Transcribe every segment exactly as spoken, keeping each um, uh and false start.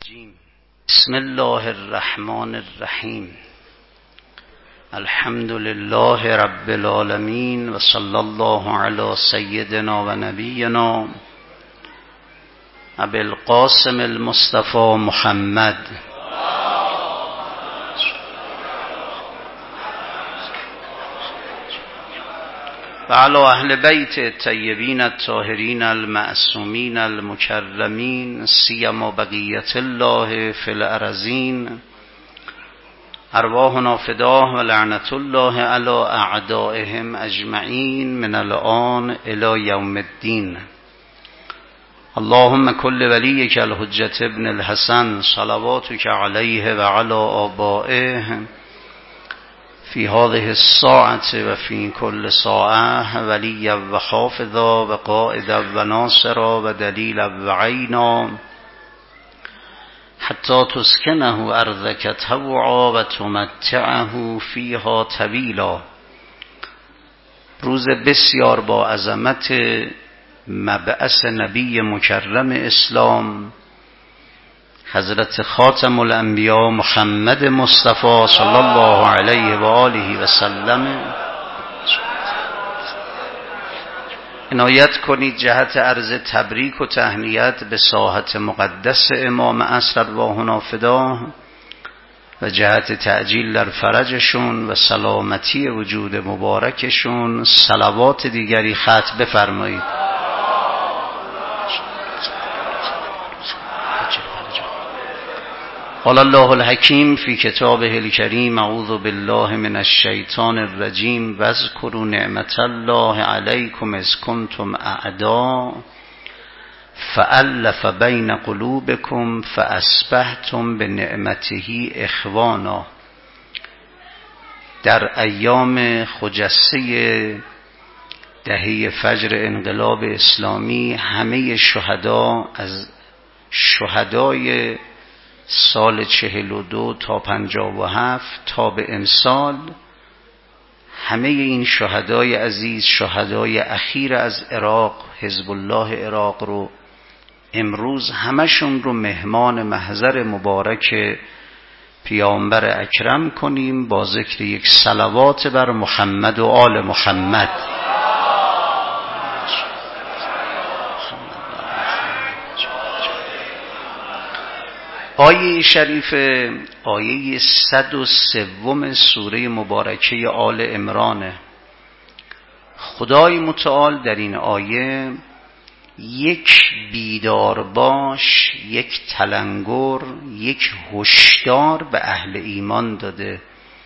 الرجیم. بسم الله الرحمن الرحیم. الحمد لله رب العالمین و صلی الله علی سیدنا و نبینا ابی القاسم المصطفى محمد و علی اهل بیت الطیبین الطاهرین المعصومین المکرمین سیما بقیت الله فی الارضین ارواحنا فداه و لعنت الله علی اعدائهم اجمعین من الان الی یوم الدین. اللهم کل ولیک الحجة ابن الحسن صلواتک علیه و علی آبائه فی هذه الساعة و فی کل ساعة ولیا و حافظا و قائدا و ناصرا و دلیلا و عینا حتی تسکنه ارضک طوعا و تمتعه فیها طویلا. روز بسیار با عظمت مبعث نبی مکرم اسلام حضرت خاتم الانبیا محمد مصطفی صلی الله علیه و آله و سلم عنایت کنید جهت عرض تبریک و تهنیت به ساحت مقدس امام عصر ارواحنا فداه و جهت تعجیل در فرجشون و سلامتی وجود مبارکشون صلوات دیگری ختم بفرمایید. قال الله الحکیم فی کتابه الکریم اعوذ بالله من الشیطان الرجیم واذکروا نعمت الله علیکم اذ کنتم اعداء فألف بین قلوبکم فاصبحتم بنعمته اخوانا. در ایام خجسته دهه فجر انقلاب اسلامی همه شهدا از شهدای سال چهل و دو تا پنجاه و هفت تا به امسال همه این شهدای عزیز شهدای اخیر از عراق حزب الله عراق رو امروز همشون رو مهمان محضر مبارک پیامبر اکرم کنیم با ذکر یک صلوات بر محمد و آل محمد. آیه شریف آیه صد و سوم سوره مبارکه آل عمران. خدای متعال در این آیه یک بیدار باش، یک تلنگر، یک هشدار به اهل ایمان داده.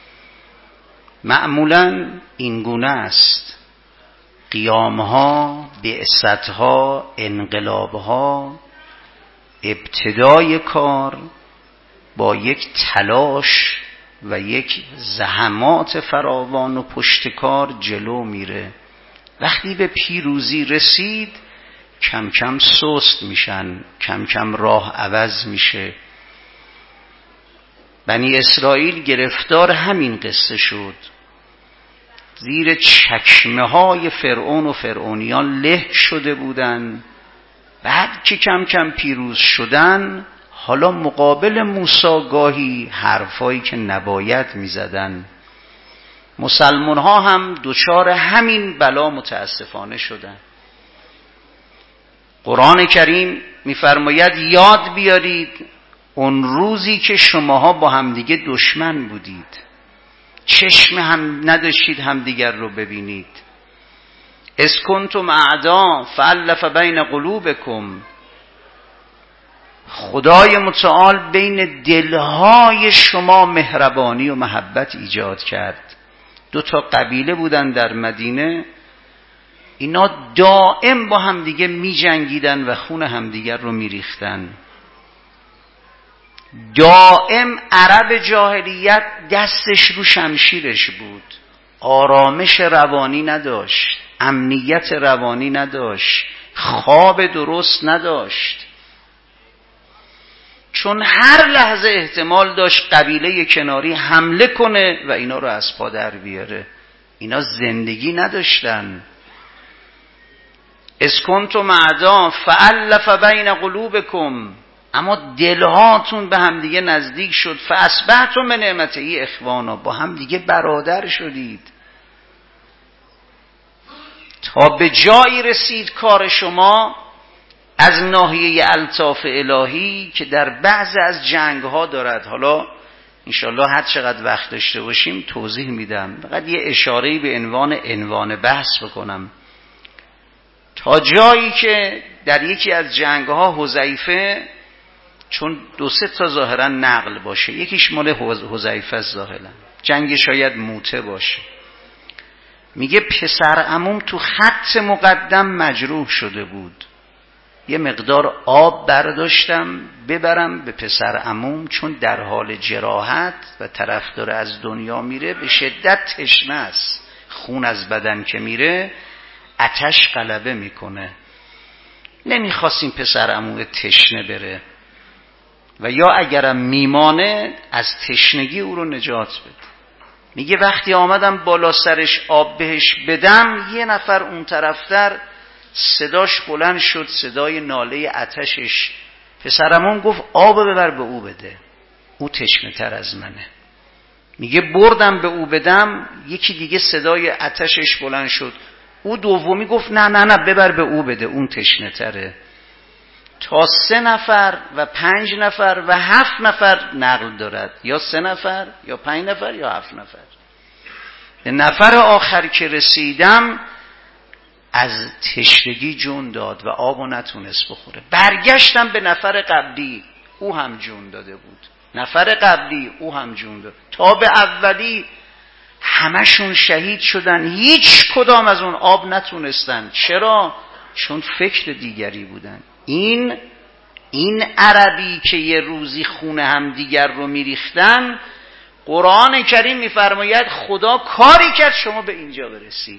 معمولاً این گونه است، قیامها، بعثتها، انقلابها، ابتدای کار با یک تلاش و یک زحمات فراوان و پشت کار جلو میره. وقتی به پیروزی رسید کم کم سست میشن، کم کم راه عوض میشه. بنی اسرائیل گرفتار همین قصه شد، زیر چکمه های فرعون و فرعونیان له شده بودن. بعد که کم کم پیروز شدن حالا مقابل موسی گاهی حرفایی که نباید میزدن. مسلمان ها هم دچار همین بلا متاسفانه شدن. قرآن کریم میفرماید یاد بیارید اون روزی که شماها با همدیگه دشمن بودید، چشم هم نداشتید همدیگر رو ببینید. اذ کنتم اعداء فألف بین قلوبکم. خدای متعال بین دلهای شما مهربانی و محبت ایجاد کرد. دو تا قبیله بودن در مدینه، اینا دائم با همدیگه می جنگیدن و خون همدیگر رو می ریختن. دائم عرب جاهلیت دستش رو شمشیرش بود، آرامش روانی نداشت، امنیت روانی نداشت، خواب درست نداشت، چون هر لحظه احتمال داشت قبیله کناری حمله کنه و اینا رو از پا در بیاره. اینا زندگی نداشتن. اذ کنتم اعداء فألف بین قلوبکم اما دلهاتون به هم دیگه نزدیک شد. فاصبحتم بنعمته اخوانا، با هم دیگه برادر شدید. تا به جایی رسید کار شما از ناحیه الطاف الهی که در بعض از جنگ ها دارد. حالا انشالله هر چقدر وقت داشته باشیم توضیح میدم، فقط یه اشاره‌ای به عنوان عنوان بحث بکنم. تا جایی که در یکی از جنگ ها حذیفه، چون دو سه تا ظاهرا نقل باشه، یکیش مال حذیفه ظاهرا، جنگ شاید موته باشه، میگه پسر عموم تو خط مقدم مجروح شده بود، یه مقدار آب برداشتم ببرم به پسر عموم، چون در حال جراحت و طرف داره از دنیا میره، به شدت تشنه است، خون از بدن که میره آتش غلبه میکنه، نمیخواستیم پسر عموم تشنه بره و یا اگرم میمانه از تشنگی او رو نجات بده. میگه وقتی آمدم بالا سرش آب بهش بدم، یه نفر اون طرفتر صداش بلند شد، صدای ناله آتشش. پسرمون گفت آب ببر به او بده، او تشنه تر از منه. میگه بردم به او بدم، یکی دیگه صدای آتشش بلند شد، او دومی گفت نه نه نه ببر به او بده، اون تشنه تره. تا سه نفر و پنج نفر و هفت نفر نقل دارد، یا سه نفر یا پنج نفر یا هفت نفر. به نفر آخر که رسیدم از تشنگی جون داد و آبو نتونست بخوره. برگشتم به نفر قبلی، او هم جون داده بود، نفر قبلی او هم جون داد، تا به اولی همشون شهید شدن، هیچ کدام از اون آب نتونستن. چرا؟ چون فکر دیگری بودن. این این عربی که یه روزی خون هم دیگر رو میریختن، قرآن کریم میفرماید خدا کاری کرد شما به اینجا برسید.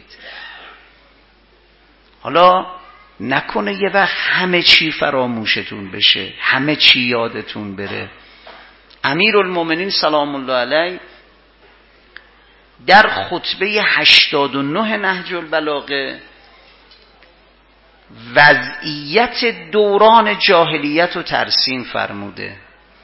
حالا نکنه یه وقت همه چی فراموشتون بشه، همه چی یادتون بره. امیرالمومنین سلام الله علیه در خطبه هشتاد و نه نهج البلاغه وضعیت دوران جاهلیت رو ترسیم فرموده.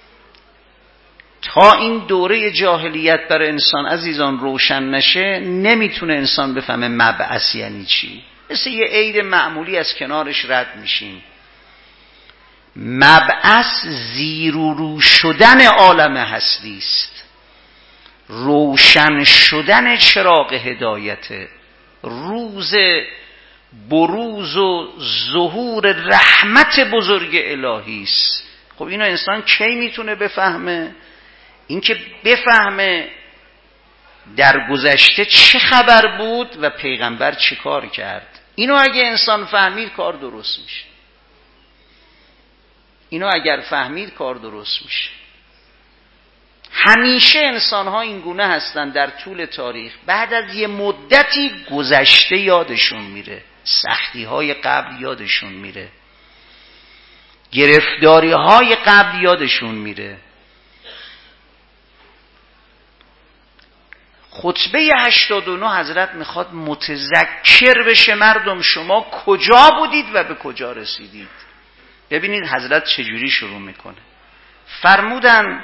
تا این دوره جاهلیت برای انسان عزیزان روشن نشه، نمیتونه انسان بفهمه مبعث یعنی چی. مثل یه عید معمولی از کنارش رد میشیم. مبعث زیر و رو شدن عالم هستی است، روشن شدن چراغ هدایت، روز بروز و ظهور رحمت بزرگ الهی است. خب اینو انسان کی میتونه بفهمه؟ این که بفهمه در گذشته چه خبر بود و پیغمبر چه کار کرد. اینو اگه انسان فهمید کار درست میشه. اینو اگر فهمید کار درست میشه. همیشه انسان ها این گونه هستن در طول تاریخ، بعد از یه مدتی گذشته یادشون میره، سختی های قبل یادشون میره، گرفتاری های قبل یادشون میره. خطبه هشتاد و نه حضرت میخواد متذکر بشه مردم شما کجا بودید و به کجا رسیدید. ببینید حضرت چجوری شروع میکنه. فرمودن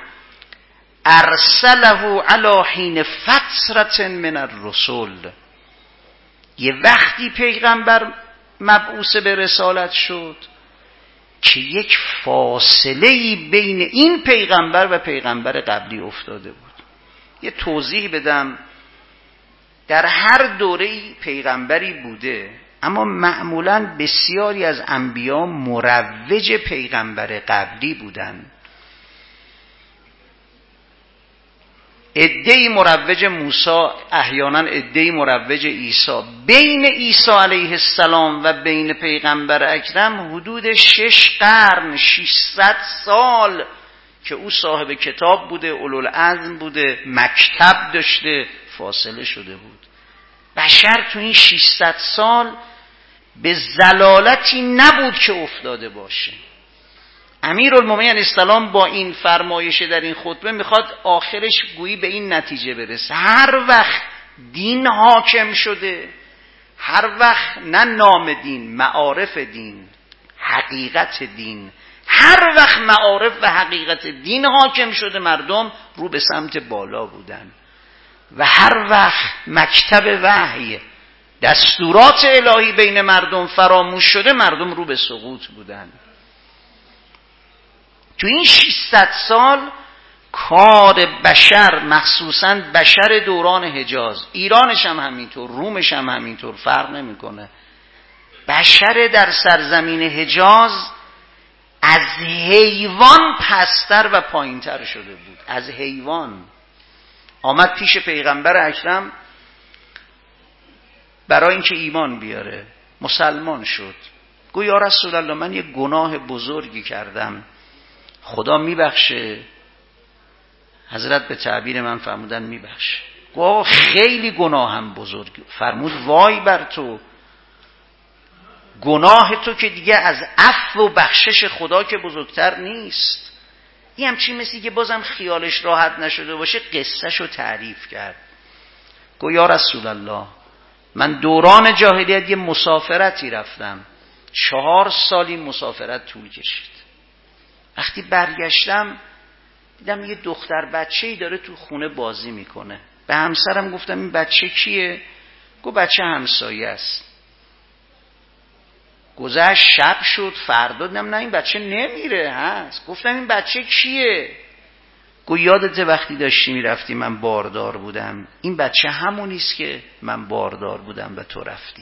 ارسله علی حین فترة من الرسل، یه وقتی پیغمبر مبعوث به رسالت شد که یک فاصله بین این پیغمبر و پیغمبر قبلی افتاده بود. یه توضیح بدم، در هر دوره‌ای پیغمبری بوده، اما معمولاً بسیاری از انبیا مروج پیغمبر قبلی بودن. عده‌ای مروج موسی، احیانا عده‌ای مروج عیسی. بین عیسی علیه السلام و بین پیغمبر اکرم حدود شش قرن، ششصد سال که او صاحب کتاب بوده، اولوالعزم بوده، مکتب داشته، فاصله شده بود. بشر تو این ششصد سال به ضلالتی نبود که افتاده باشه. امیرالمومنین علیه السلام با این فرمایش در این خطبه میخواد آخرش گویی به این نتیجه برسه: هر وقت دین حاکم شده، هر وقت نه نام دین، معارف دین، حقیقت دین، هر وقت معارف و حقیقت دین حاکم شده مردم رو به سمت بالا بودن و هر وقت مکتب وحی دستورات الهی بین مردم فراموش شده مردم رو به سقوط بودن. تو این ششصد سال کار بشر، مخصوصاً بشر دوران حجاز، ایرانش هم همینطور، رومش هم همینطور، فرق نمیکنه، بشر در سرزمین حجاز از حیوان پستر و پایینتر شده بود. از حیوان آمد پیش پیغمبر اکرم برای اینکه ایمان بیاره، مسلمان شد. گو یا رسول الله من یه گناه بزرگی کردم، خدا میبخشه؟ حضرت به تعبیر من فرمودن میبخشه. گو خیلی گناهم بزرگ. فرمود وای بر تو، گناه تو که دیگه از عفو و بخشش خدا که بزرگتر نیست. این همچین مثلی که بازم خیالش راحت نشده باشه قصهشو تعریف کرد. گو یا رسول الله من دوران جاهلیت یه مسافرتی رفتم، چهار سالی مسافرت طول کشید. وقتی برگشتم دیدم یه دختر بچه‌ای داره تو خونه بازی میکنه. به همسرم گفتم این بچه کیه؟ گفت بچه همسایه است. گذشت شب شد، فردا دیدم نه این بچه نمیره هست. گفتم این بچه کیه؟ گفت یادته وقتی داشتی میرفتی من باردار بودم، این بچه همونیست که من باردار بودم و تو رفتی.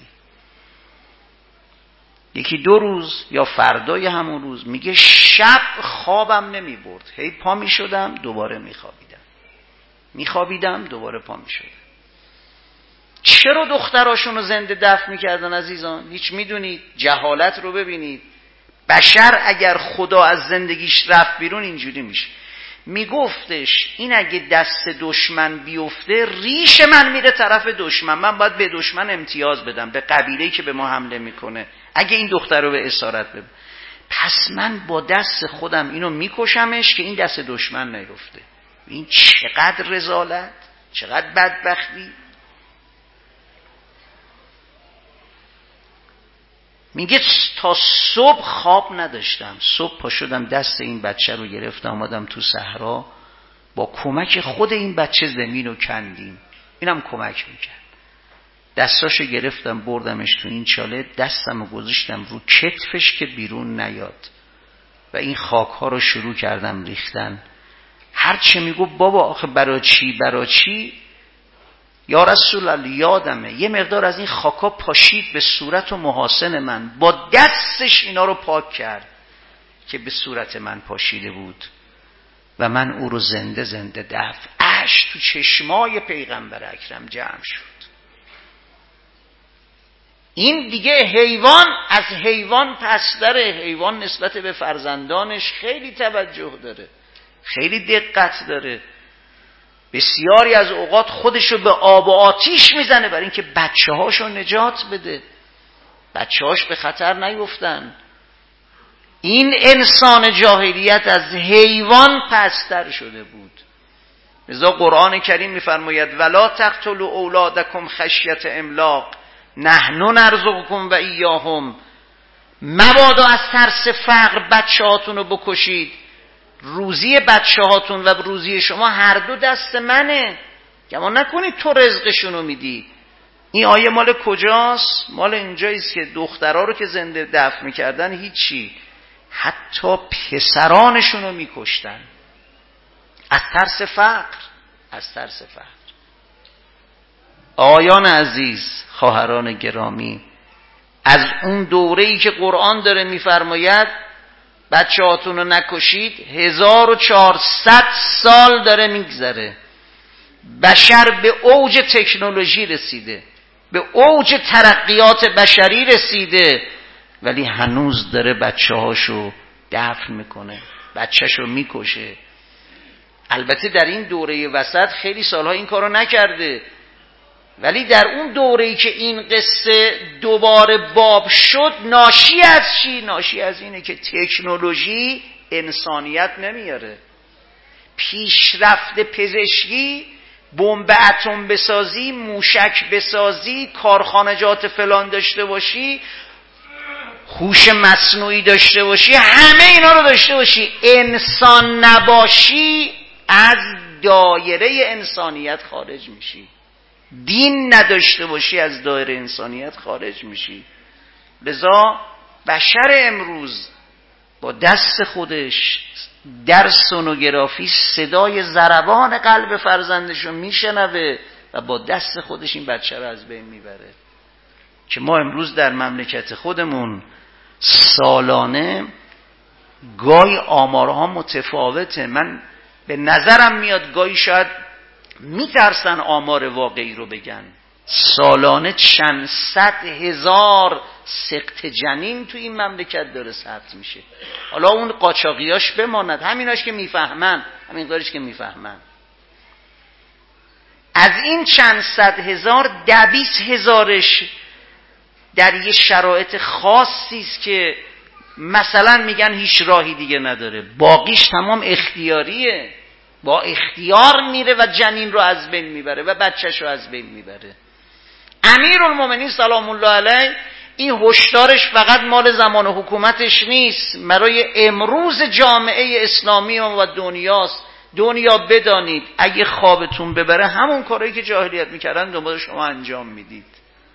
یکی دو روز یا فردای همون روز میگه شب خوابم نمی برد، هی پا می شدم دوباره می خوابیدم، می خوابیدم دوباره پا می شدم. چرا دختراشون رو زنده دفن می کردن عزیزان؟ هیچ میدونید؟ جهالت رو ببینید. بشر اگر خدا از زندگیش رفت بیرون اینجوری میشه. میگفتش این اگه دست دشمن بیفته ریش من میره طرف دشمن، من باید به دشمن امتیاز بدم، به قبیله‌ای که به ما حمله میکنه، اگه این دختر رو به اسارت ببر، پس من با دست خودم اینو میکشمش که این دست دشمن نیفته. این چقدر رذالت، چقدر بدبختی. میگه تا صبح خواب نداشتم، صبح پا شدم دست این بچه رو گرفتم آمدم تو صحرا، با کمک خود این بچه زمین رو کندیم، اینم کمک میکرد. دستاشو گرفتم بردمش تو این چاله، دستم رو گذاشتم رو کتفش که بیرون نیاد و این خاک ها رو شروع کردم ریختن. هرچه میگو بابا آخه برا چی برا چی، یا رسول الله یادمه یه مقدار از این خاکا پاشید به صورت و محاسن من، با دستش اینا رو پاک کرد که به صورت من پاشیده بود و من او رو زنده زنده دفن. اشک تو چشمای پیغمبر اکرم جمع شد. این دیگه حیوان از حیوان پس‌تره. حیوان نسبت به فرزندانش خیلی توجه داره، خیلی دقت داره، بسیاری از اوقات خودشو به آب و آتیش میزنه برای اینکه بچه هاشو نجات بده، بچه هاش به خطر نیفتن. این انسان جاهلیت از حیوان پستر شده بود. لذا قرآن کریم میفرماید ولا تقتلوا اولادکم خشیة املاق نحن نرزقکم و ایاهم، مبادا از ترس فقر بچه هاتون رو بکشید، روزی بچه هاتون و روزی شما هر دو دست منه، گمان نکنید تو رزقشونو میدی. این آیه مال کجاست؟ مال اینجاییست که دخترها رو که زنده دفن میکردن هیچی، حتی پسرانشونو میکشتن از ترس فقر، از ترس فقر. آیان عزیز، خواهران گرامی، از اون دوره‌ای که قرآن داره میفرماید بچه هاتون رو نکشید، هزار و چهارصد سال داره میگذره، بشر به اوج تکنولوژی رسیده، به اوج ترقیات بشری رسیده، ولی هنوز داره بچه هاشو دفن میکنه، بچهشو میکشه. البته در این دوره وسط خیلی سالها این کارو نکرده، ولی در اون دوره‌ای که این قصه دوباره باب شد، ناشی از چی؟ ناشی از اینه که تکنولوژی انسانیت نمیاره. پیشرفت پزشکی، بمب اتم بسازی، موشک بسازی، کارخانجات فلان داشته باشی، هوش مصنوعی داشته باشی، همه اینا رو داشته باشی، انسان نباشی، از دایره انسانیت خارج میشی. دین نداشته باشی، از دایره انسانیت خارج میشی. لذا بشر امروز با دست خودش در سونوگرافی صدای ضربان قلب فرزندش رو میشنوه و با دست خودش این بچه رو از بین میبره. که ما امروز در مملکت خودمون سالانه گاهی آمارها متفاوته. من به نظرم میاد گاهی شاید میترسن آمار واقعی رو بگن. سالانه چند صد هزار سقط جنین تو این مملکت داره ثبت میشه. حالا اون قاچاقیاش بماند، همیناش که میفهمن، همین کاریش که میفهمن. از این چند صد هزار ده بیست هزارش در یه شرایط خاصی است که مثلا میگن هیچ راهی دیگه نداره، باقیش تمام اختیاریه، با اختیار میره و جنین رو از بین میبره و بچهش رو از بین میبره. امیرالمومنین سلام الله علیه این هشدارش فقط مال زمان حکومتش نیست، برای امروز جامعه اسلامی و دنیاست. دنیا بدانید اگه خوابتون ببره همون کارهایی که جاهلیت میکردن دنبال شما انجام میدید.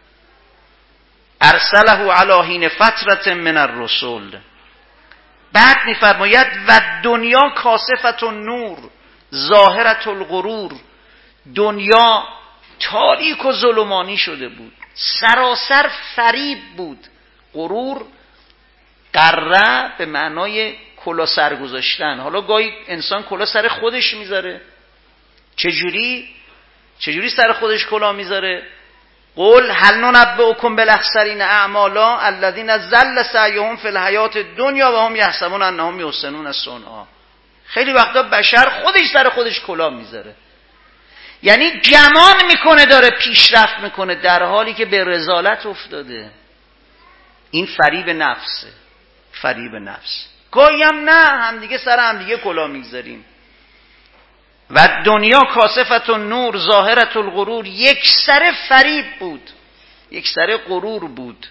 ارسله علی حین فترة من الرسل. بعد میفرماید و دنیا کاسفة النور ظاهرة الغرور. دنیا تاریک و ظلمانی شده بود، سراسر فریب بود. غرور، قره به معنای کلا سر گذاشتن. حالا گاهی انسان کلا سر خودش میذاره. چجوری؟ چجوری سر خودش کلا میذاره؟ قل هل ننبئکم بالاخسرین اعمالا الذین ضل سعیهم فی الحیاة الدنیا و هم یحسبون انهم یحسنون صنعا. خیلی وقتا بشر خودش سر خودش کلا میذاره، یعنی گمان میکنه داره پیشرفت میکنه در حالی که به رذالت افتاده. این فریب نفسه، فریب نفس. گاهی هم نه، هم دیگه سر هم دیگه کلا میذاریم. و دنیا کاسفة النور ظاهرة الغرور. یک سر فریب بود، یک سر غرور بود.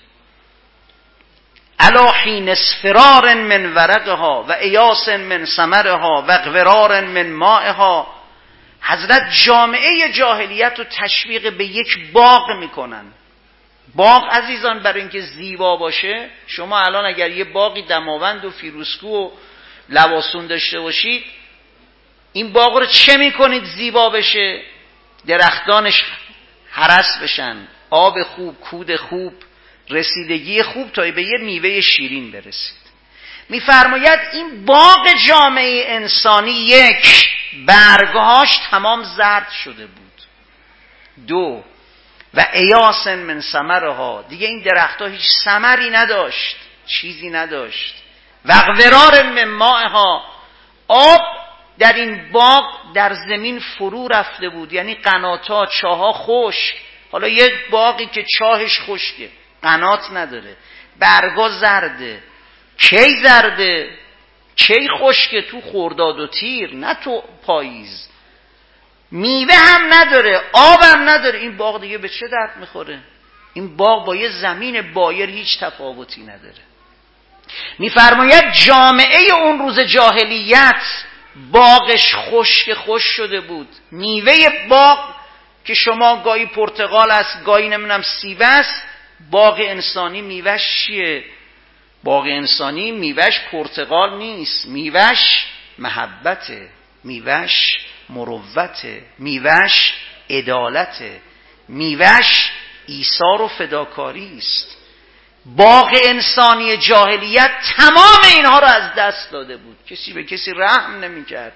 علی حین اصفرار من ورقها و ایاس من ثمرها و اغورار من مائها. حضرت جامعه جاهلیت رو تشویق به یک باغ میکنن. باغ عزیزان برای اینکه زیبا باشه، شما الان اگر یه باغی دماوند و فیروزکو و لواسون داشته باشید، این باغ رو چه میکنید زیبا بشه؟ درختانش هرس بشن، آب خوب، کود خوب، رسیدگی خوب تا به یه میوه شیرین برسید. میفرماید این باغ جامعه انسانی، یک، برگهاش تمام زرد شده بود. دو، و ایاس من ثمرها. دیگه این درختها هیچ ثمری نداشت، چیزی نداشت. و اغورار من مائها. آب در این باغ در زمین فرو رفته بود، یعنی قنات‌ها، چاها خشک. حالا یک باغی که چاهش خشکه، قنات نداره، برگا زرده. کی زرده؟ کی خشکه؟ تو خرداد و تیر، نه تو پاییز. میوه هم نداره، آب هم نداره. این باغ دیگه به چه درد میخوره؟ این باغ با یه زمین بایر هیچ تفاوتی نداره. میفرماید جامعه اون روز جاهلیت باغش خشک خشک شده بود. میوه باغ که شما گاهی پرتقال است، گاهی نمیدونم سیب است، باغ انسانی میوهش چیه؟ باغ انسانی میوهش پرتقال نیست، میوهش محبته، میوهش مروته، میوهش عدالته، میوهش ایثار و فداکاری است. باغ انسانی جاهلیت تمام اینها رو از دست داده بود. کسی به کسی رحم نمی کرد،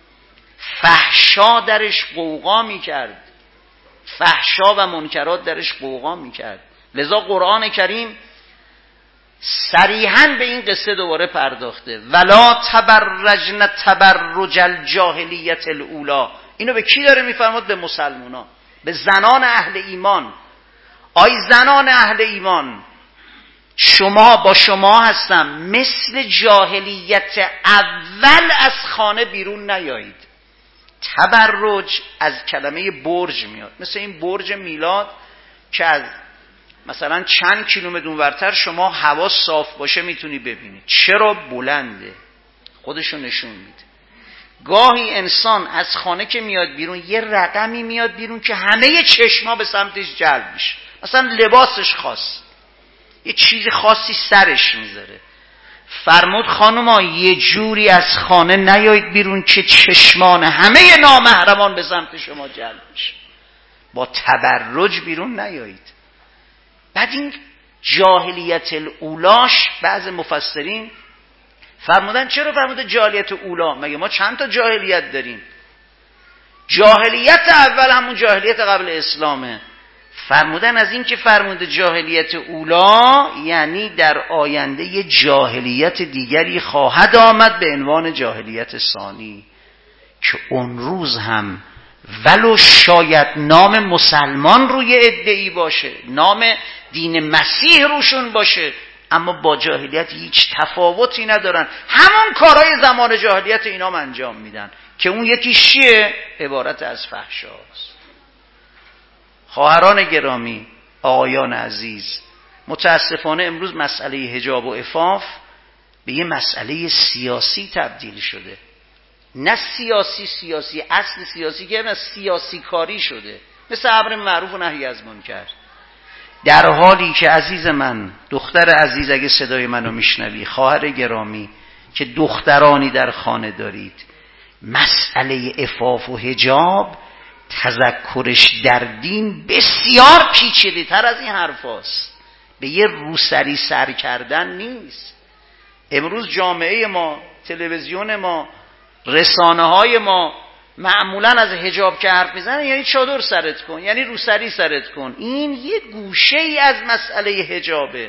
فحشا درش قوقا می کرد، فحشا و منکرات درش قوقا می کرد. لذا قرآن کریم صریحاً به این قصه دوباره پرداخته. ولا تبرجن تبرج الجاهلیت الاولی. اینو به کی داره میفرماد؟ به مسلمونا، به زنان اهل ایمان. آی زنان اهل ایمان، شما با شما هستم، مثل جاهلیت اول از خانه بیرون نیایید. تبرج از کلمه برج میاد، مثل این برج میلاد که از مثلا چند کیلومتر اونورتر شما هوا صاف باشه میتونی ببینی. چرا؟ بلنده، خودشو نشون میده. گاهی انسان از خانه که میاد بیرون یه رقمی میاد بیرون که همه چشما به سمتش جلب میشه. مثلا لباسش خاص، یه چیز خاصی سرش میذاره. فرمود خانوما یه جوری از خانه نیایید بیرون که چشمان همه نامحرمان به سمت شما جلب میشه. با تبرج بیرون نیایید. بعد این جاهلیت الاولاش بعض مفسرین فرمودن چرا فرموده جاهلیت اولا؟ مگه ما چند تا جاهلیت داریم؟ جاهلیت اول همون جاهلیت قبل اسلامه. فرمودن از این که فرموده جاهلیت اولا یعنی در آینده یه جاهلیت دیگری خواهد آمد به عنوان جاهلیت ثانی، که اون روز هم ولو شاید نام مسلمان روی ادعی باشه، نام دین مسیح روشون باشه، اما با جاهلیت هیچ تفاوتی ندارن. همون کارهای زمان جاهلیت اینا هم انجام میدن که اون یکی چیه؟ عبارت از فحشاست. خواهران گرامی، آقایان عزیز، متاسفانه امروز مسئله حجاب و عفاف به یه مسئله سیاسی تبدیل شده. نه سیاسی سیاسی اصل سیاسی که نه سیاسی کاری شده، مثل امر معروف و نهی از منکر. در حالی که عزیز من، دختر عزیز اگه صدای منو میشنوی، خواهر گرامی که دخترانی در خانه دارید، مسئله عفاف و حجاب تذکرش در دین بسیار پیچیده تر از این حرف هست. به یه روسری سر کردن نیست. امروز جامعه ما، تلویزیون ما، رسانه های ما معمولا از حجاب که حرف میزنن یعنی چادر سرت کن، یعنی روسری سرت کن. این یه گوشه ای از مسئله حجابه.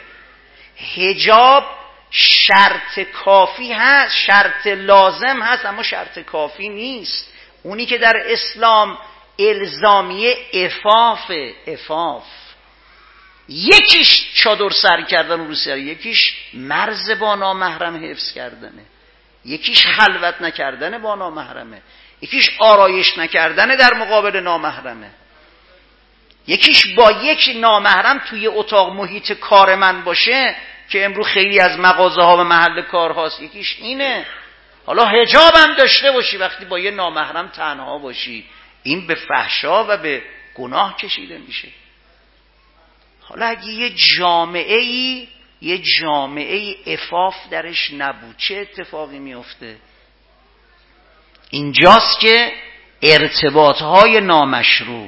حجاب شرط کافی هست، شرط لازم هست، اما شرط کافی نیست. اونی که در اسلام الزامیه عفاف عفاف یکیش چادر سر کردن و روسری، یکیش مرز با نامحرم حفظ کردنه، یکیش خلوت نکردن با نامحرمه، یکیش آرایش نکردن در مقابل نامحرمه، یکیش با یک نامحرم توی اتاق محیط کار من باشه که امروز خیلی از مغازه ها و محل کار هاست، یکیش اینه. حالا حجاب هم داشته باشی وقتی با یه نامحرم تنها باشی، این به فحشا و به گناه کشیده میشه. حالا اگه یه جامعه ای یه جامعه ای عفاف درش نبود چه اتفاقی میفته؟ اینجاست که ارتباطهای نامشروع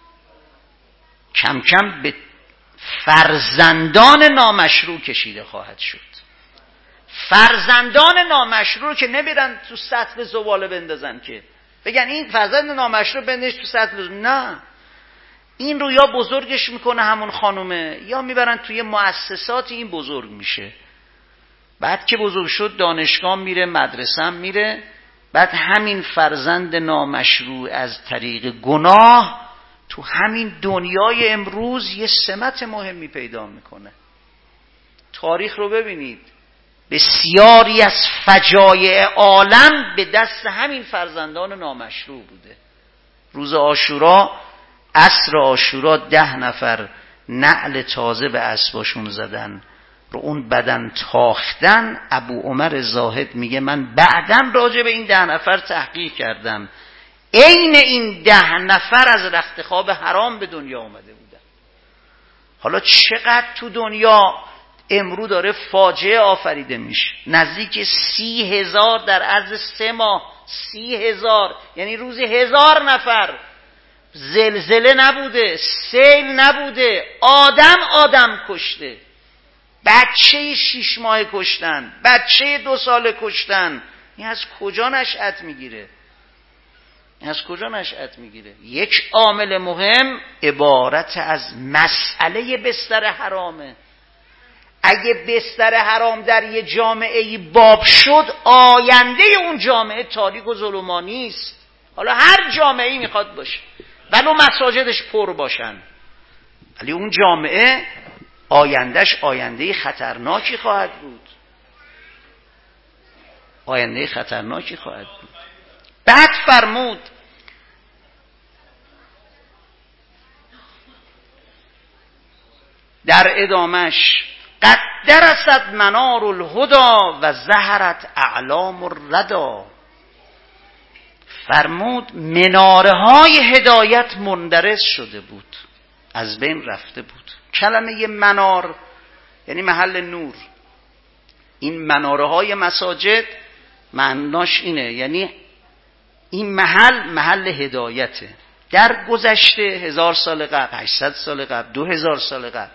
کم کم به فرزندان نامشروع کشیده خواهد شد. فرزندان نامشروع که نمیرن تو سطل زباله بندازن که بگن این فرزند نامشروع بندش تو سطل، نه، این رو یا بزرگش میکنه همون خانومه یا میبرن توی مؤسسات این بزرگ میشه. بعد که بزرگ شد دانشگاه میره، مدرسه هم میره، بعد همین فرزند نامشروع از طریق گناه تو همین دنیای امروز یه سمت مهمی پیدا میکنه. تاریخ رو ببینید، بسیاری از فجایع عالم به دست همین فرزندان نامشروع بوده. روز عاشورا، عصر عاشورا، ده نفر نعل تازه به اسباشون زدن، رو اون بدن تاختن. ابو عمر زاهد میگه من بعدم راجع به این ده نفر تحقیق کردم، عین این ده نفر از رخت خواب حرام به دنیا اومده بودن. حالا چقدر تو دنیا امرو داره فاجعه آفریده میشه. نزدیک سی هزار در عرض سه ماه، سی هزار یعنی روزی هزار نفر. زلزله نبوده، سیل نبوده، آدم آدم کشته، بچه شیش ماه کشتن، بچه دو ساله کشتن. این از کجا نشأت میگیره؟ این از کجا نشأت میگیره؟ یک عامل مهم عبارت از مسئله بستر حرامه. اگه بستر حرام در یه جامعه باب شد، آینده اون جامعه تاریک و ظلمانی است. حالا هر جامعه‌ای میخواد باشه، ولو مساجدش پر باشن، ولی اون جامعه آیندهش آینده خطرناکی خواهد بود. آینده خطرناکی خواهد بود. بعد فرمود در ادامش قد درست منار الهدى و ظهرت اعلام الردى. فرمود مناره های هدایت مندرس شده بود، از بین رفته بود. کلمه منار یعنی محل نور. این مناره های مساجد معناش اینه، یعنی این محل محل هدایته. در گذشته هزار سال قبل، هشتصد سال قبل، دو هزار سال قبل،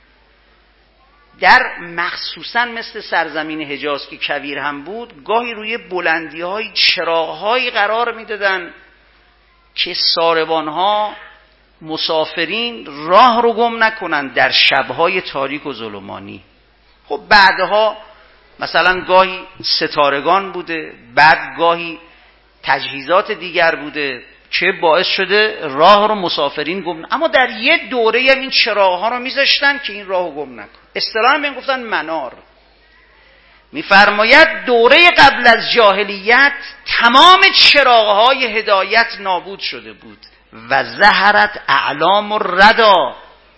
در مخصوصا مثل سرزمین حجاز که کویر هم بود، گاهی روی بلندی های چراغ های قرار میدادن که ساربان ها مسافرین راه رو گم نکنن در شبهای تاریک و ظلمانی. خب بعدها مثلا گاهی ستارگان بوده، بعد گاهی تجهیزات دیگر بوده که باعث شده راه رو مسافرین گم، اما در یه دوره هم این چراغ ها رو میذاشتن که این راه رو گم نکن. اصطلاحاً بهم گفتن منار. میفرماید دوره قبل از جاهلیت تمام چراغ های هدایت نابود شده بود و ظهرت اعلام الردى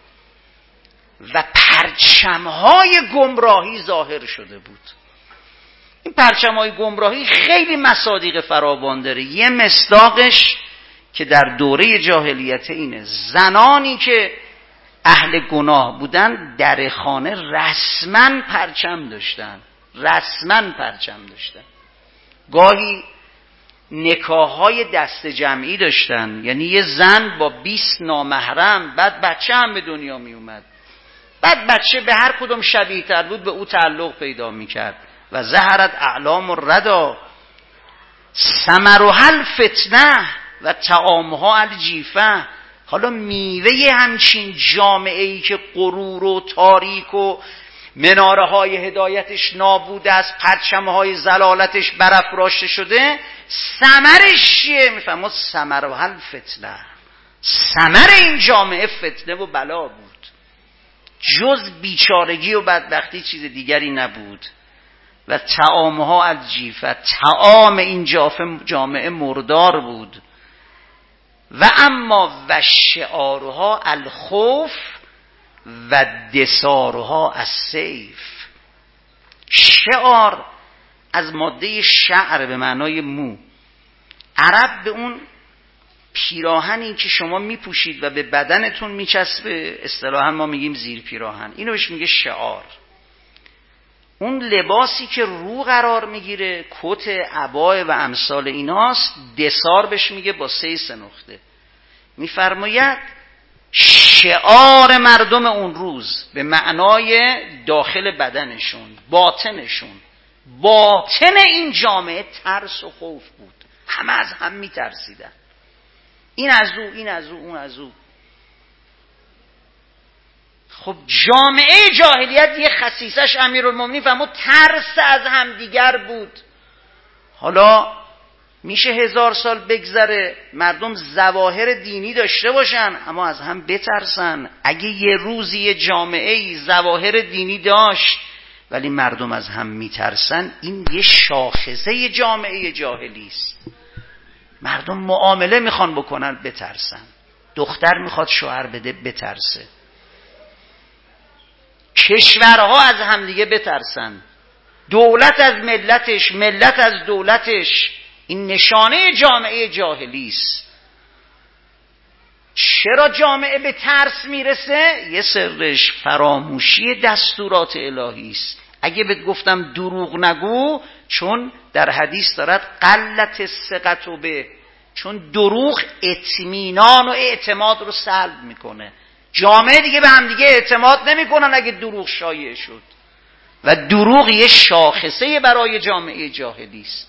و پرچم های گمراهی ظاهر شده بود. این پرچم های گمراهی خیلی مصادیق فراوان داره. یه مصداقش که در دوره جاهلیت اینه، زنانی که اهل گناه بودن در خانه رسما پرچم داشتن، رسما پرچم داشتن. گاهی نکاح‌های دست جمعی داشتن، یعنی یه زن با بیست نامحرم، بعد بچه هم به دنیا می اومد، بعد بچه به هر کدوم شبیه تر بود به او تعلق پیدا می کرد. و ظهرت اعلام الردى ثمرها الفتنه و طعامها الجیفه. حالا میوه همچین جامعه‌ای که غرور و تاریک و مناره های هدایتش نابود است، پرچم های زلالتش برافراشته شده، ثمرش چیه؟ میفهمد ثمرها الفتنه، ثمر این جامعه فتنه و بلا بود، جز بیچارگی و بدبختی چیز دیگری نبود. و طعامها الجیفه، طعام این جامعه مردار بود. و اما و شعارها الخوف و دثارها السیف. شعار از ماده شعر به معنای مو. عرب به اون پیراهنی که شما میپوشید و به بدنتون میچسبه اصطلاحاً ما میگیم زیر پیراهن، اینو بهش میگه شعار. اون لباسی که رو قرار میگیره، کت، عبای و امثال ایناست، دثار بهش میگه با سه سه نقطه. میفرماید شعار مردم اون روز به معنای داخل بدنشون، باطنشون، باطن این جامعه ترس و خوف بود. همه از هم میترسیدن، این از او، این از او، اون از او. خب جامعه جاهلیت یه خصیصش امیرالمومنین فرمود ترس از هم دیگر بود. حالا میشه هزار سال بگذره مردم ظواهر دینی داشته باشن اما از هم بترسن. اگه یه روزی یه جامعه ظواهر دینی داشت ولی مردم از هم میترسن، این یه شاخصه جامعه جاهلی است. مردم معامله میخوان بکنن بترسن، دختر میخواد شوهر بده بترسه، کشورها از همدیگه بترسن، دولت از ملتش، ملت از دولتش. این نشانه جامعه جاهلی است. چرا جامعه به ترس میرسه؟ یه سرش فراموشی دستورات الهی است. اگه بهت گفتم دروغ نگو، چون در حدیث دارد قلت ثقت به، چون دروغ اطمینان و اعتماد رو سلب میکنه. جامعه دیگه به هم دیگه اعتماد نمیکنن اگه دروغ شایع شد. و دروغ یه شاخصه برای جامعه جاهلی است.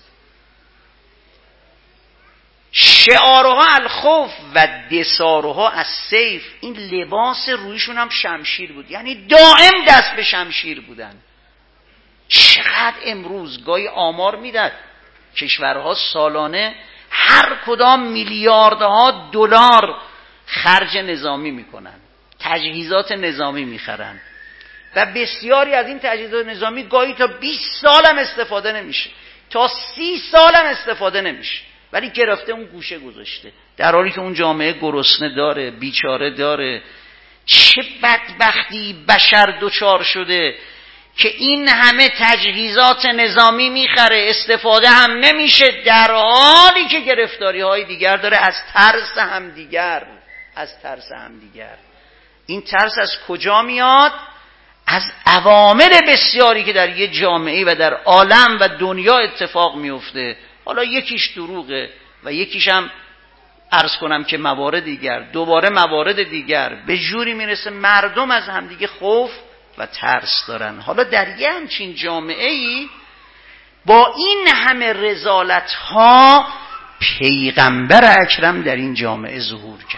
شعارها الخوف و دثارها السیف. این لباس رویشون هم شمشیر بود، یعنی دائم دست به شمشیر بودن. چقدر امروز گاهی آمار میدن کشورها سالانه هر کدام میلیاردها دلار خرج نظامی میکنن، تجهیزات نظامی میخرن و بسیاری از این تجهیزات نظامی گاهی تا بیست سال هم استفاده نمیشه، تا سی سال هم استفاده نمیشه، ولی گرفته اون گوشه گذاشته، در حالی که اون جامعه گرسنه داره، بیچاره داره، چه بدبختی بشر دچار شده که این همه تجهیزات نظامی میخره، استفاده هم نمیشه، در حالی که گرفتاری های دیگر داره از ترس هم دیگر از ترس هم دیگر. این ترس از کجا میاد؟ از عوامل بسیاری که در یه جامعه و در عالم و دنیا اتفاق میفته. حالا یکیش دروغه و یکیش هم عرض کنم که موارد دیگر، دوباره موارد دیگر، به جوری میرسه مردم از همدیگه خوف و ترس دارن. حالا در یه همچین جامعه ای با این همه رذالت ها پیغمبر اکرم در این جامعه ظهور کرد.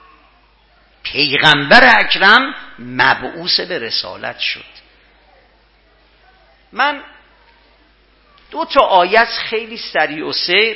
پیغمبر اکرم مبعوث به رسالت شد. من دو تا آیت خیلی سریع و سیر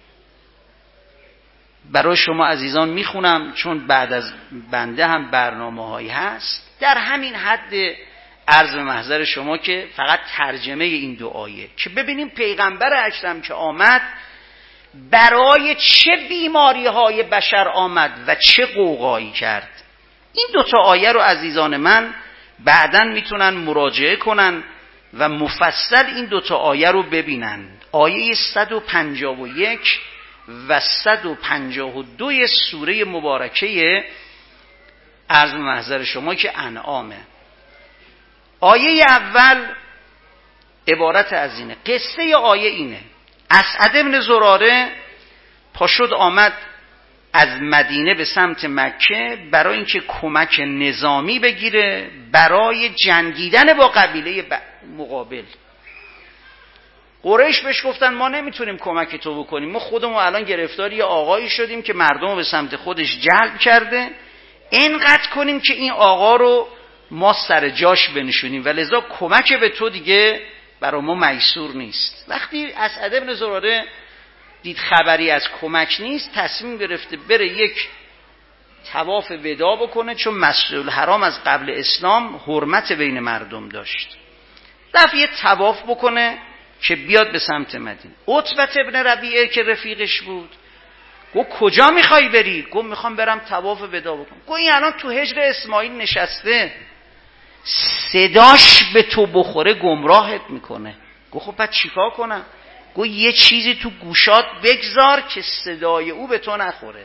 برای شما عزیزان میخونم، چون بعد از بنده هم برنامه هایی هست. در همین حد عرض به محضر شما که فقط ترجمه این دو آیه که ببینیم پیغمبر اکرم که آمد برای چه بیماری های بشر آمد و چه قوقایی کرد. این دو تا آیه رو عزیزان من بعداً میتونن مراجعه کنن و مفصل این دو تا آیه رو ببینن. آیه صد و پنجاه و یک و صد و پنجاه و دو سوره مبارکه عرض به محضر شما که انعامه. آیه اول عبارت از اینه، قصه آیه اینه: اسعد بن زراره پاشد آمد از مدینه به سمت مکه برای اینکه کمک نظامی بگیره برای جنگیدن با قبیله مقابل. قریش بهش گفتن ما نمیتونیم کمک تو بکنیم، ما خودمون الان گرفتار یه آقایی شدیم که مردم رو به سمت خودش جلب کرده، اینقدر کنیم که این آقا رو ما سر جاش بنشونیم و لذا کمک به تو دیگه برای ما میسور نیست. وقتی اسعد بن زراره دید خبری از کمک نیست، تصمیم گرفته بره یک طواف وداع بکنه، چون مسجد الحرام از قبل اسلام حرمت بین مردم داشت. رفت یه طواف بکنه که بیاد به سمت مدینه. عتبه ابن ربیعه که رفیقش بود گفت کجا میخوای بری؟ گفت میخوام برم طواف وداع بکنم. گفت این الان تو هجر اسماعیل نشسته، صداش به تو بخوره گمراهت میکنه. گفت خب بعد چیکار کنم؟ گفت یه چیزی تو گوشات بگذار که صدای او به تو نخوره.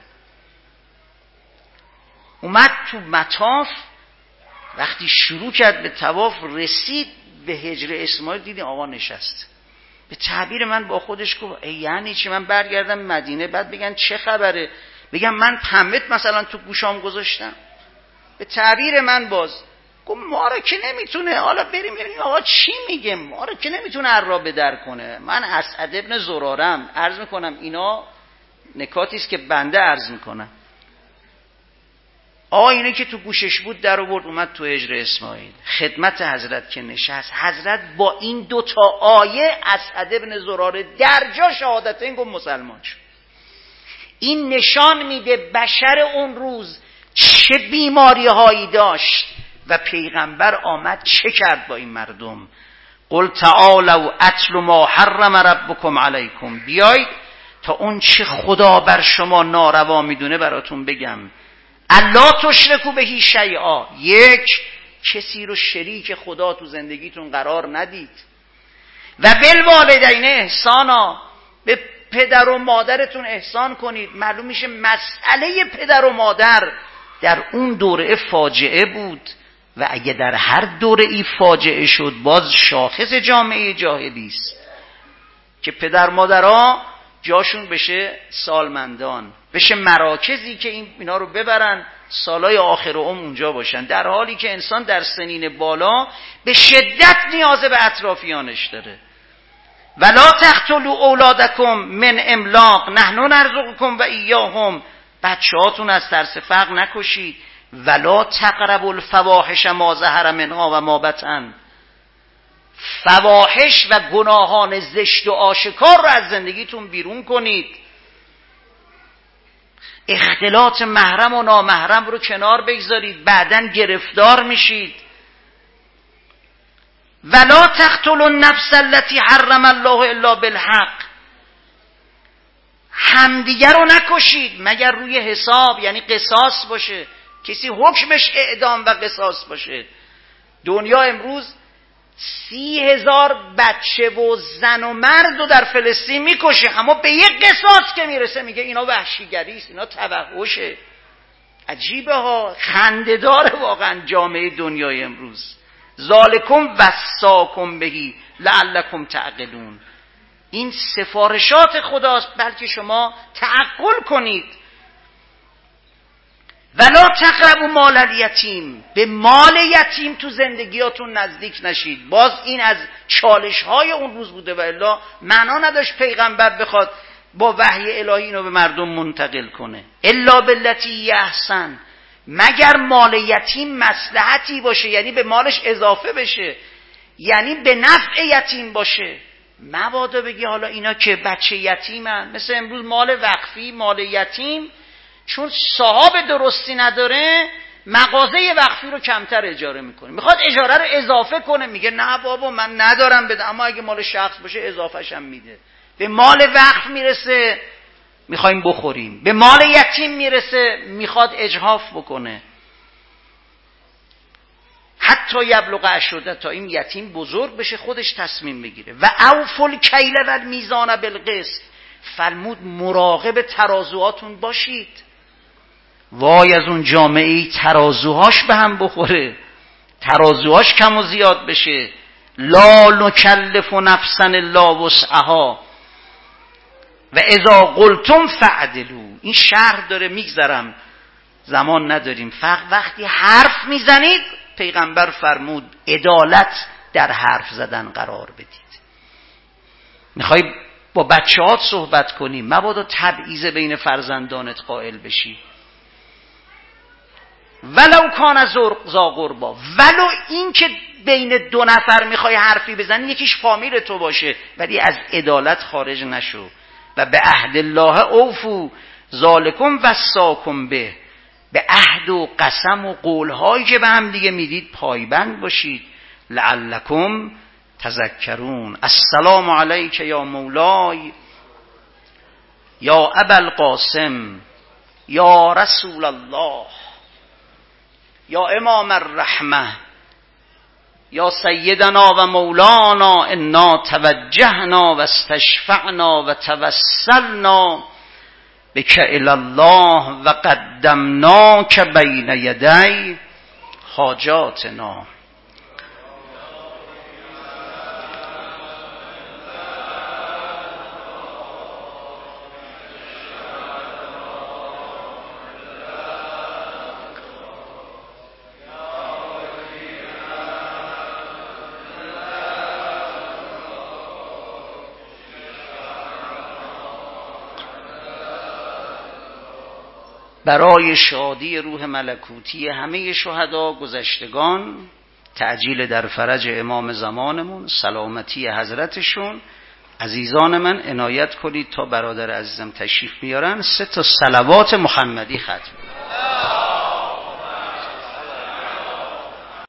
اومد تو مطاف، وقتی شروع کرد به طواف رسید به هجر اسماعیل، دیدی آقا نشست. به تعبیر من با خودش گفت ای یعنی چی من برگردم مدینه بعد بگن چه خبره، بگم من پمت مثلا تو گوشام گذاشتم؟ به تعبیر من باز گفت ما رو که نمیتونه، حالا بریم بریم آقا چی میگه، ما رو که نمیتونه عرا به در کنه. من اسعد ابن زرارم عرض میکنم، اینا نکاتی است که بنده عرض میکنم. آقا اینه که تو گوشش بود در آورد، اومد تو هجر اسماعیل خدمت حضرت که نشست. حضرت با این دو تا آیه اسعد ابن زراره در جا شهادتین گفت مسلمان شد. این نشان میده بشر اون روز چه بیماری هایی داشت و پیغمبر آمد چه کرد با این مردم. قل تعالوا اتل ما حرم ربکم علیکم، بیایید تا اون چه خدا بر شما ناروا میدونه براتون بگم. الا تشرکوا بهی شیئا، یک کسی رو شریک خدا تو زندگیتون قرار ندید. و بالوالدین احسانا، به پدر و مادرتون احسان کنید. معلوم میشه مسئله پدر و مادر در اون دوره فاجعه بود و اگه در هر دوره ای فاجعه شد باز شاخص جامعه جاهلی است که پدر مادرها جاشون بشه سالمندان، بشه مراکزی که این اینا رو ببرن سالای آخر عمر اونجا باشن، در حالی که انسان در سنین بالا به شدت نیاز به اطرافیانش داره. ولا تقتلوا اولادکم من املاق نحن نرزقکم و ایاهم، بچه‌هاتون از ترس فقر نکشید. ولا تقربوا الفواحش ما ظهر منها و ما بطن، فواحش و گناهان زشت و آشکار رو از زندگیتون بیرون کنید. اختلاط محرم و نامحرم رو کنار بگذارید، بعداً گرفتار میشید. ولا تقتلوا النفس التي حرم الله الا بالحق، همدیگر رو نکشید مگر روی حساب، یعنی قصاص باشه. کسی حکمش اعدام و قصاص باشه. دنیا امروز سی هزار بچه و زن و مرد رو در فلسطین میکشه، اما به یک قصاص که میرسه میگه اینا وحشیگری است، اینا توحشه. عجیبه ها، خنده‌دار واقعا جامعه دنیای امروز. ذالکم وصاکم بهی لعلکم تعقلون. این سفارشات خداست بلکه شما تعقل کنید. ولا تقربوا مال الیتیم، به مال یتیم تو زندگیاتون نزدیک نشید. باز این از چالش های اون روز بوده و الا معنا نداشت پیغمبر بخواد با وحی الهی اینو به مردم منتقل کنه. الا باللتی احسن، مگر مال یتیم مصلحتی باشه، یعنی به مالش اضافه بشه، یعنی به نفع یتیم باشه. مبادا بگی حالا اینا که بچه یتیمن، مثل امروز مال وقفی، مال یتیم چون صاحب درستی نداره مغازه وقفی رو کمتر اجاره میکنه، میخواد اجاره رو اضافه کنه، میگه نه بابا من ندارم بده، اما اگه مال شخص باشه اضافهش هم میده. به مال وقف میرسه میخوایم بخوریم، به مال یتیم میرسه میخواد اجحاف بکنه. حتی یبلغ اشده، تا این یتیم بزرگ بشه خودش تصمیم بگیره. و اوفوا الکیل و المیزان بالقسط، فرمود مراقب ترازوهاتون باشید. وای از اون جامعه‌ای ترازوهاش به هم بخوره، ترازوهاش کم و زیاد بشه. لا نکلف نفسا الا وسعها و اذا قلتم فعدلوا. این شرح داره میگذرم، زمان نداریم. فقط وقتی حرف میزنید پیغمبر فرمود عدالت در حرف زدن قرار بدید. میخوای با بچه‌هات صحبت کنی، مبادا تبعیض بین فرزندانت قائل بشی. ولو کان ذا قربا، ولو این که بین دو نفر میخوای حرفی بزنی یکیش فامیل تو باشه، ولی از عدالت خارج نشو. و به عهد الله اوفوا ذالکم وصاکم به، به عهد و قسم و قولهایی که به هم دیگه میدید پایبند باشید. لعلکم تذکرون. السلام علیک یا مولای یا ابا القاسم یا رسول الله یا امام الرحمه یا سیدنا و مولانا، انا توجهنا و استشفعنا و توسلنا بک الی الله و قدمناک بین یدی حاجاتنا. برای شادی روح ملکوتی همه شهدا گذشتگان، تعجیل در فرج امام زمانمون، سلامتی حضرتشون، عزیزان من عنایت کنید تا برادر عزیزم تشریف بیارن سه تا صلوات محمدی ختم.